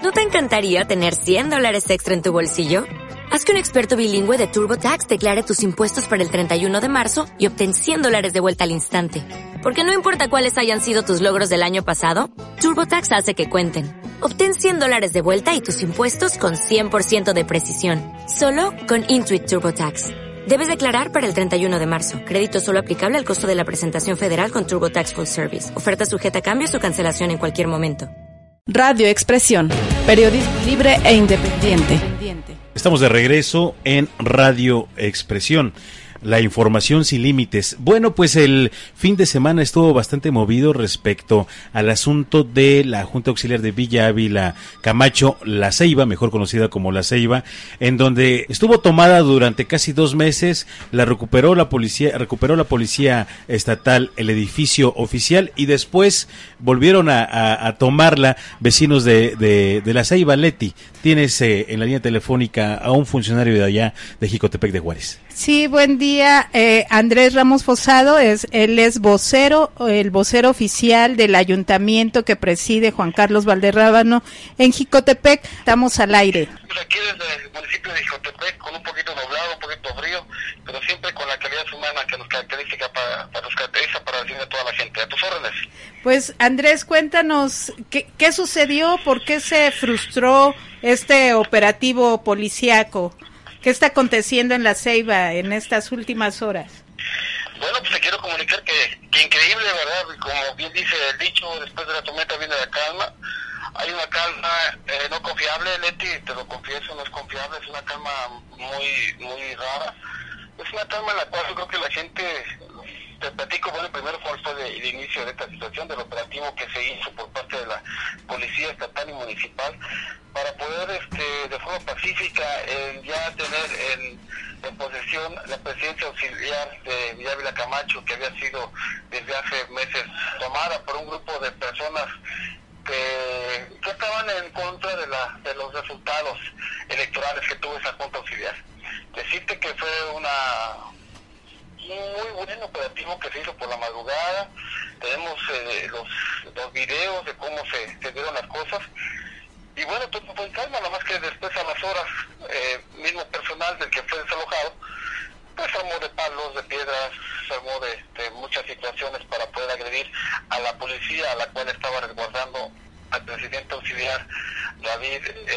¿No te encantaría tener $100 extra en tu bolsillo? Haz que un experto bilingüe de TurboTax declare tus impuestos para el 31 de marzo y obtén $100 de vuelta al instante. Porque no importa cuáles hayan sido tus logros del año pasado, TurboTax hace que cuenten. Obtén $100 de vuelta y tus impuestos con 100% de precisión. Solo con Intuit TurboTax. Debes declarar para el 31 de marzo. Crédito solo aplicable al costo de la presentación federal con TurboTax Full Service. Oferta sujeta a cambios o cancelación en cualquier momento. Radio Expresión, periodismo libre e independiente. Estamos de regreso en Radio Expresión, la información sin límites. Bueno, pues el fin de semana estuvo bastante movido respecto al asunto de la Junta Auxiliar de Villa Ávila Camacho, La Ceiba, mejor conocida como La Ceiba, en donde estuvo tomada durante casi 2 meses. Recuperó la policía estatal el edificio oficial y después volvieron a tomarla vecinos de La Ceiba. Leti, tienes en la línea telefónica a un funcionario de allá de Jicotepec de Juárez. Sí, buen día. Andrés Ramos Fosado, él es el vocero oficial del ayuntamiento que preside Juan Carlos Valderrábano en Jicotepec. Estamos al aire. Pues aquí desde el municipio de Jicotepec, con un poquito nublado, un poquito frío, pero siempre con la calidad humana que nos caracteriza para decirle a toda la gente. A tus órdenes. Pues Andrés, cuéntanos, ¿qué sucedió? ¿Por qué se frustró este operativo policíaco? ¿Qué está aconteciendo en La Ceiba en estas últimas horas? Bueno, pues te quiero comunicar que increíble, ¿verdad? Como bien dice el dicho, después de la tormenta viene la calma. Hay una calma no confiable, Leti, te lo confieso, no es confiable, es una calma muy rara. Es una calma en la cual yo creo que la gente, te platico, bueno, primero cuál fue el inicio de esta situación, del operativo que se hizo por parte de la Policía Estatal y Municipal, para poder de forma pacífica ya tener en posesión la presidencia auxiliar de Villa Ávila Camacho, que había sido desde hace meses tomada por un grupo de personas que estaban en contra de los resultados electorales que tuvo esa Junta Auxiliar. Decirte que fue un muy buen operativo que se hizo por la madrugada. Tenemos los videos de cómo se dieron las cosas. Y bueno, todo fue en calma, nada más que después a las horas, mismo personal del que fue desalojado, pues se armó de palos, de piedras, se armó de muchas situaciones para poder agredir a la policía, a la cual estaba resguardando al presidente auxiliar David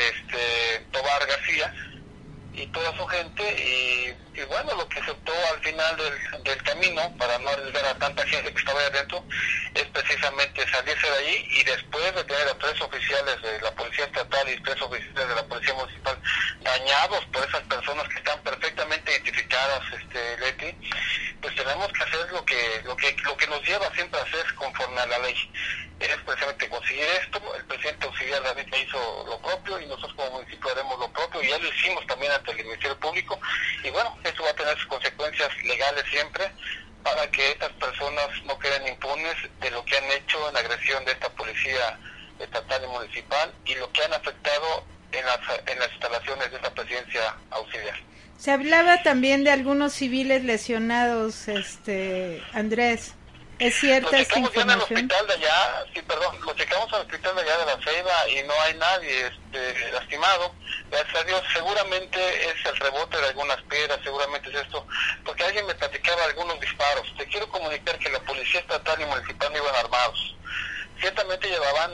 Tobar García y toda su gente, y bueno, lo que se optó al final del camino, para no arriesgar a tanta gente que estaba ahí adentro, es precisamente salirse de ahí y después de tener a 3 oficiales de la Policía Estatal y 3 oficiales de la Policía Municipal dañados por esas personas que están perfectamente identificadas, Leti, pues tenemos que hacer lo que nos lleva siempre a hacer conforme a la ley. Es precisamente conseguir esto. El presidente auxiliar David hizo lo propio y nosotros como municipio haremos lo propio, y ya lo hicimos también ante el Ministerio Público, y bueno, eso va a tener sus consecuencias legales siempre, para que estas personas no queden impunes de lo que han hecho en la agresión de esta policía estatal y municipal y lo que han afectado en las instalaciones de esta presidencia auxiliar. Se hablaba también de algunos civiles lesionados, Andrés. ¿Es cierta esta información? Lo checamos en el hospital de allá, lo checamos en el hospital de allá de La Ceiba y no hay nadie lastimado. Gracias a Dios, seguramente es el rebote de algunas piedras, seguramente es esto, porque alguien me platicaba algunos disparos. Te quiero comunicar que la Policía Estatal y Municipal no iban armados. Ciertamente llevaban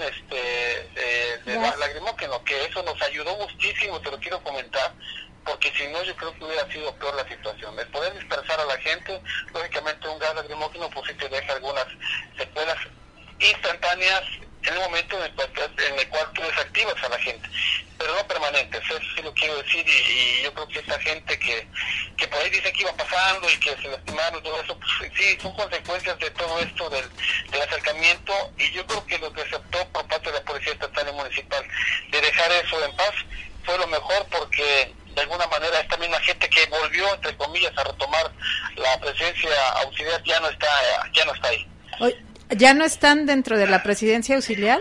lacrimógeno, que eso nos ayudó muchísimo, te lo quiero comentar, porque si no yo creo que hubiera sido peor la situación. El poder dispersar a la gente, lógicamente un gas lacrimógeno pues sí te deja algunas secuelas instantáneas en el momento en el cual tú desactivas a la gente, pero no permanentes, eso sí lo quiero decir, y yo creo que esta gente que por ahí dice que iba pasando y que se lastimaron, todo eso, pues sí, son consecuencias de todo esto del acercamiento, y yo creo que lo que se optó por parte de la Policía Estatal y Municipal de dejar eso en paz fue lo mejor, porque de alguna manera esta misma gente que volvió, entre comillas, a retomar la presencia auxiliar ya no está ahí. ¿Ya no están dentro de la presidencia auxiliar?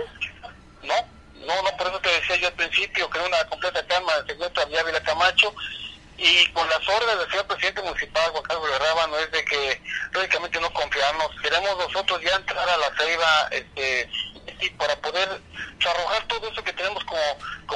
No, por eso te decía yo al principio que una completa calma se encuentra Villa Ávila Camacho, y con las órdenes del señor presidente municipal, Juan Carlos Valderrábano, es de que lógicamente no confiarnos, queremos nosotros ya entrar a La Ceiba y para poder arrojar todo eso que tenemos como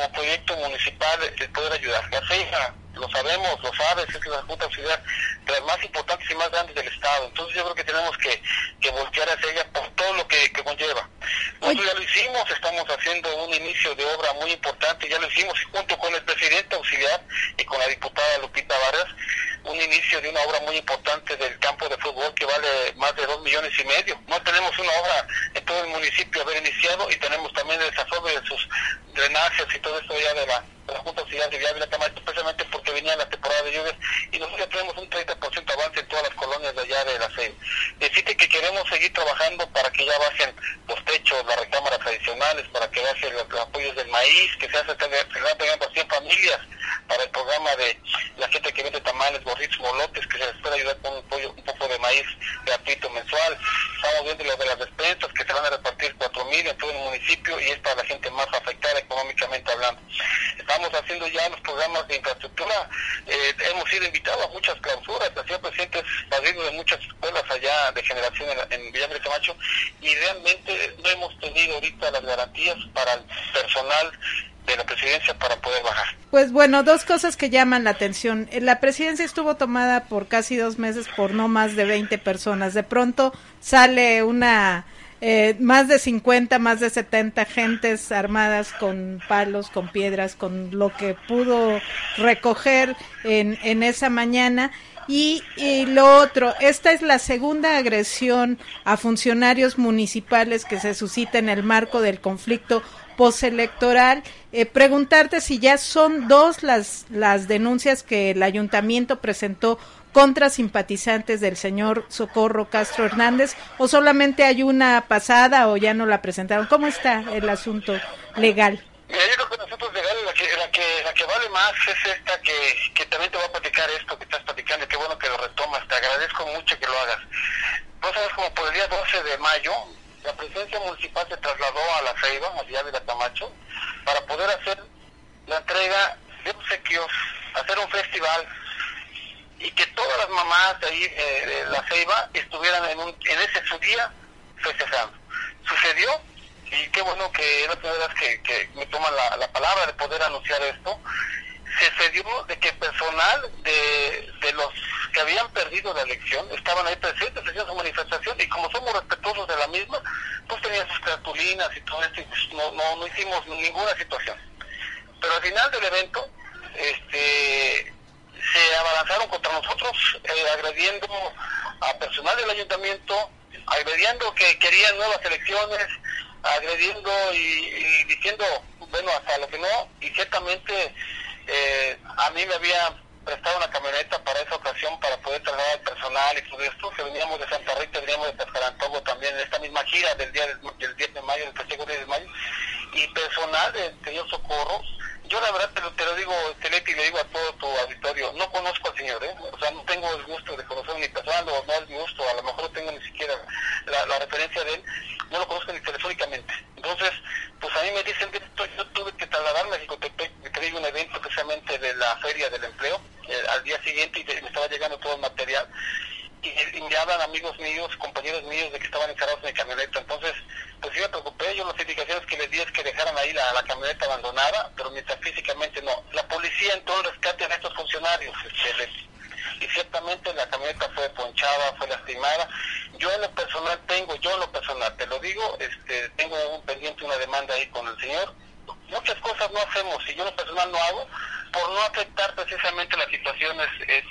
municipal de poder ayudar. La CEIJA, lo sabemos, lo sabes, es la Junta Auxiliar de las más importantes y más grandes del Estado. Entonces yo creo que tenemos que voltear hacia ella por todo lo que conlleva. Nosotros ya lo hicimos, estamos haciendo un inicio de obra muy importante, ya lo hicimos junto con el presidente auxiliar y con la diputada Lupita Vargas, un inicio de una obra muy importante del campo de fútbol que vale más de 2,5 millones. No tenemos una obra en todo el municipio haber iniciado, y tenemos también el desarrollo de sus drenajes y todo esto ya de la Junta Auxiliar de Ávila Camacho, precisamente porque venía la temporada de lluvias, y nosotros ya tenemos un 30% avance en todas las colonias de allá de la CEU. Decirte que queremos seguir trabajando para que ya bajen los techos, las recámaras tradicionales, para que bajen los apoyos del maíz, que se están pegando a 100 familias para el programa de la gente que vende tamales, gorritos, molotes, que se les puede ayudar con un poco de maíz gratuito mensual. Estamos viendo lo de las despensas, que se van a repartir 4,000 en todo el municipio, y es para la gente más afectada económicamente hablando. Estamos haciendo ya los programas de infraestructura, hemos sido invitados a muchas clausuras, el señor presidente es padrino de muchas escuelas allá de generación en Villaverde Camacho, y realmente no hemos tenido ahorita las garantías para el personal de la presidencia para poder bajar. Pues bueno, dos cosas que llaman la atención. La presidencia estuvo tomada por casi 2 meses por no más de 20 personas. De pronto sale más de 50, más de 70 gentes armadas con palos, con piedras, con lo que pudo recoger en esa mañana. Y lo otro, esta es la segunda agresión a funcionarios municipales que se suscita en el marco del conflicto postelectoral. Preguntarte si ya son 2 las denuncias que el ayuntamiento presentó contra simpatizantes del señor Socorro Castro Hernández, o solamente hay una pasada o ya no la presentaron. ¿Cómo está el asunto legal? Mira, yo creo que el asunto legal, la que vale más es esta que también te voy a platicar esto que estás platicando, y qué bueno que lo retomas, te agradezco mucho que lo hagas. Vos sabes, como por el día 12 de mayo, la presidencia municipal se trasladó a La Ceiba, a Ávila Camacho, para poder hacer la entrega de obsequios, hacer un festival, y que todas las mamás de ahí de La Ceiba estuvieran en ese su día festejando. Sucedió, y qué bueno que es la primera vez que me toman la palabra de poder anunciar esto. Se dio de que personal de los que habían perdido la elección estaban ahí presentes, hacían su manifestación, y como somos respetuosos de la misma, pues tenían sus cartulinas y todo esto, y pues no hicimos ninguna situación. Pero al final del evento, se abalanzaron contra nosotros, agrediendo a personal del ayuntamiento, agrediendo que querían nuevas elecciones, agrediendo y diciendo, bueno, hasta lo que no, y ciertamente a mí me había prestado una camioneta para esa ocasión para poder trasladar al personal y todo esto, que veníamos de Santa Rita, veníamos de Tascarantogo también en esta misma gira del 10 de mayo, del festejo 10 de mayo, y personal del señor Socorro. Yo la verdad te lo digo, Leti, le digo a todo tu auditorio, no conozco al señor, o sea, no tengo el gusto de conocer ni personal, o no el gusto, a lo mejor no tengo ni siquiera la referencia de él, no lo conozco ni telefónicamente. Entonces, pues a mí me dicen que yo tuve que trasladarme a Jicotepec, que tenía un evento precisamente de la Feria del Empleo, al día siguiente, y me estaba llegando todo el material, y me hablan amigos míos, compañeros míos, de que estaban encerrados en mi camioneta. Entonces, pues yo me preocupé, yo las indicaciones que les di es que dejaran ahí la camioneta abandonada, pero mientras físicamente no. La policía entró al rescate de estos funcionarios, y ciertamente la camioneta fue ponchada, fue lastimada. Yo en lo personal, te lo digo, tengo un pendiente, una demanda ahí con el señor. Muchas cosas no hacemos, y yo en lo personal no hago, por no afectar precisamente las situaciones,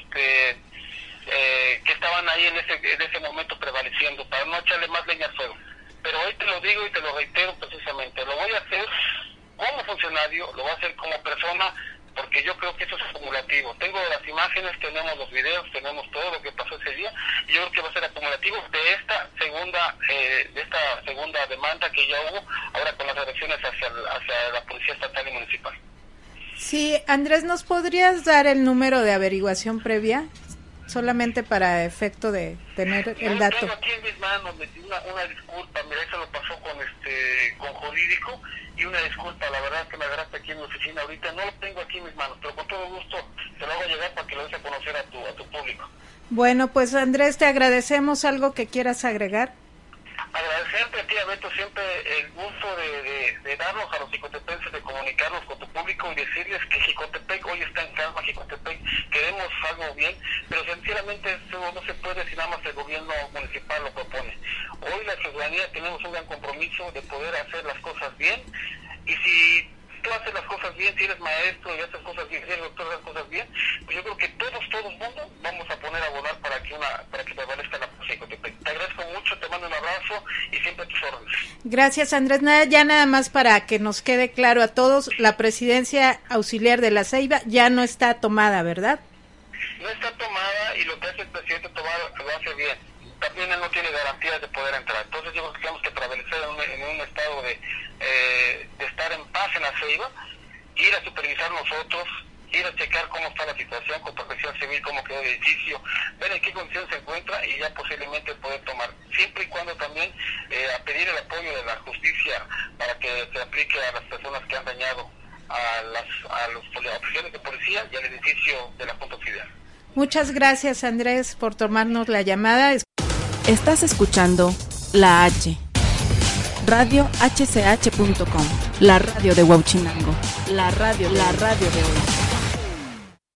que estaban ahí en ese momento prevaleciendo, para no echarle más leña al fuego. Pero hoy te lo digo y te lo reitero precisamente, lo voy a hacer como funcionario, lo voy a hacer como persona, porque yo creo que eso es acumulativo. Tengo las imágenes, tenemos los videos, tenemos todo lo que pasó ese día, y yo creo que va a ser acumulativo de esta segunda demanda que ya hubo ahora con las elecciones hacia la Policía Estatal y Municipal. Sí, Andrés, ¿nos podrías dar el número de averiguación previa? Solamente para efecto de tener el dato. Tengo aquí en mis manos, una disculpa, mira, eso lo pasó con jurídico, y una disculpa, la verdad que me agarraste aquí en mi oficina ahorita, no lo tengo aquí en mis manos, pero con todo gusto te lo hago llegar para que lo des a conocer a tu público. Bueno, pues Andrés, te agradecemos. ¿Algo que quieras agregar? Agradecerte a ti, Beto, siempre el gusto de darnos a los jicotepenses de comunicar comunicarnos con tu público y decirles que Jicotepec hoy está en calma, Jicotepec queremos algo bien, pero sinceramente eso no se puede si nada más el gobierno municipal lo propone. Hoy la ciudadanía tenemos un gran compromiso de poder hacer las cosas bien, y si tú haces las cosas bien, si eres maestro y haces cosas bien, si eres doctor y haces cosas bien, pues yo creo que todo el mundo vamos a poner a volar para que prevalezca la paz. Te agradezco mucho, te mando un abrazo y siempre a tus órdenes. Gracias, Andrés. Ya nada más para que nos quede claro a todos, la presidencia auxiliar de La Ceiba ya no está tomada, ¿verdad? No está tomada, y lo que hace el presidente Tobar lo hace bien. También él no tiene garantías de poder entrar. Entonces yo creo que tenemos que prevalecer en un estado de estar en paz en La Ceiba, ir a supervisar nosotros, ir a checar cómo está la situación con Protección Civil, cómo quedó el edificio, ver en qué condición se encuentra y ya posiblemente poder tomar, siempre y cuando también a pedir el apoyo de la justicia para que se aplique a las personas que han dañado a los oficiales de policía y al edificio de la Junta Auxiliar. Muchas gracias, Andrés, por tomarnos la llamada. Estás escuchando La H, radiohch.com, la radio de Huauchinango, la radio de hoy.